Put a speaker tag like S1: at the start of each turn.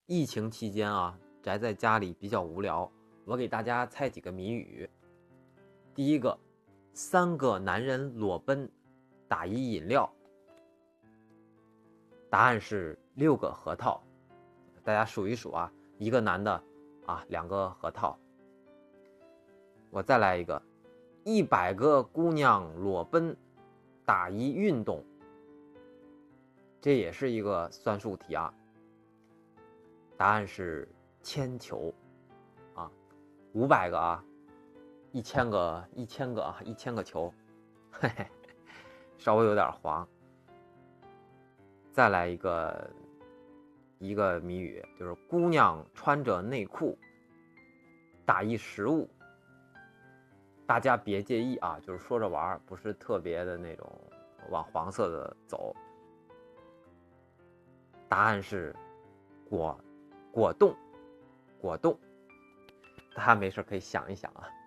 S1: 疫情期间啊，宅在家里比较无聊，我给大家猜几个谜语。第一个，3个男人裸奔打一饮料，答案是6个核桃。大家数一数啊，一个男的啊，2个核桃。我再来一个，100个姑娘裸奔打一运动，这也是一个算术题啊。答案是铅球啊，500个啊，1000个球，嘿嘿，稍微有点黄。再来一个谜语，就是姑娘穿着内裤打一食物，大家别介意啊，就是说着玩，不是特别的那种往黄色的走。答案是果冻，大家没事可以想一想啊。